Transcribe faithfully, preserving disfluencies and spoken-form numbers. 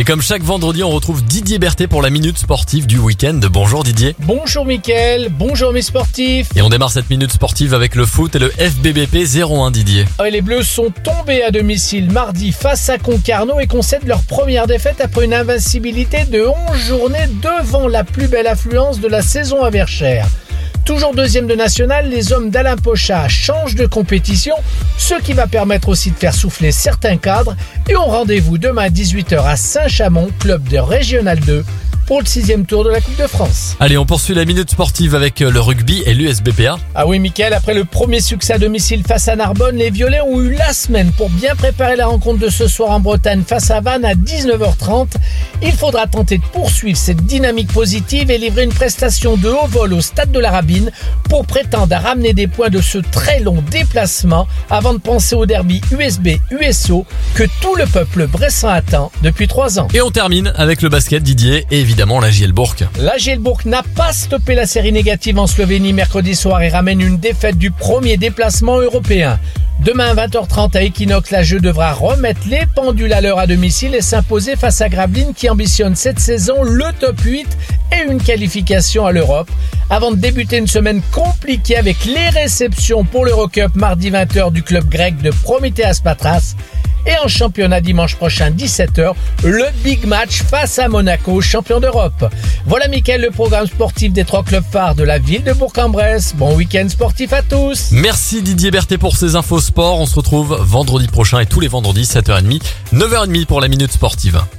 Et comme chaque vendredi, on retrouve Didier Berthet pour la minute sportive du week-end. Bonjour Didier. Bonjour Mickaël, bonjour mes sportifs. Et on démarre cette minute sportive avec le foot et le F B B P zéro un Didier. Les Bleus sont tombés à domicile mardi face à Concarneau et concèdent leur première défaite après une invincibilité de onze journées devant la plus belle affluence de la saison à Verchères. Toujours deuxième de national, les hommes d'Alain Pochat changent de compétition, ce qui va permettre aussi de faire souffler certains cadres et ont rendez-vous demain à dix-huit heures à Saint-Chamond, club de Régional deux, pour le sixième tour de la Coupe de France. Allez, on poursuit la minute sportive avec le rugby et l'U S B P A. Ah oui Mickaël, après le premier succès à domicile face à Narbonne, les Violets ont eu la semaine pour bien préparer la rencontre de ce soir en Bretagne face à Vannes à dix-neuf heures trente. Il faudra tenter de poursuivre cette dynamique positive et livrer une prestation de haut vol au stade de la Rabine pour prétendre à ramener des points de ce très long déplacement avant de penser au derby U S B U S O que tout le peuple bressan attend depuis trois ans. Et on termine avec le basket Didier et évidemment la Gielbourg. La Gielbourg n'a pas stoppé la série négative en Slovénie mercredi soir et ramène une défaite du premier déplacement européen. Demain à vingt heures trente à Equinox, la Jeu devra remettre les pendules à l'heure à domicile et s'imposer face à Gravelines qui ambitionne cette saison le top huit et une qualification à l'Europe. Avant de débuter une semaine compliquée avec les réceptions pour l'Eurocup mardi vingt heures du club grec de Prométhéas Patras. Et en championnat dimanche prochain dix-sept heures, le big match face à Monaco, champion d'Europe. Voilà Mickaël, le programme sportif des trois clubs phares de la ville de Bourg-en-Bresse. Bon week-end sportif à tous. Merci Didier Berthet pour ces infos sport. On se retrouve vendredi prochain et tous les vendredis sept heures trente, neuf heures trente pour la minute sportive.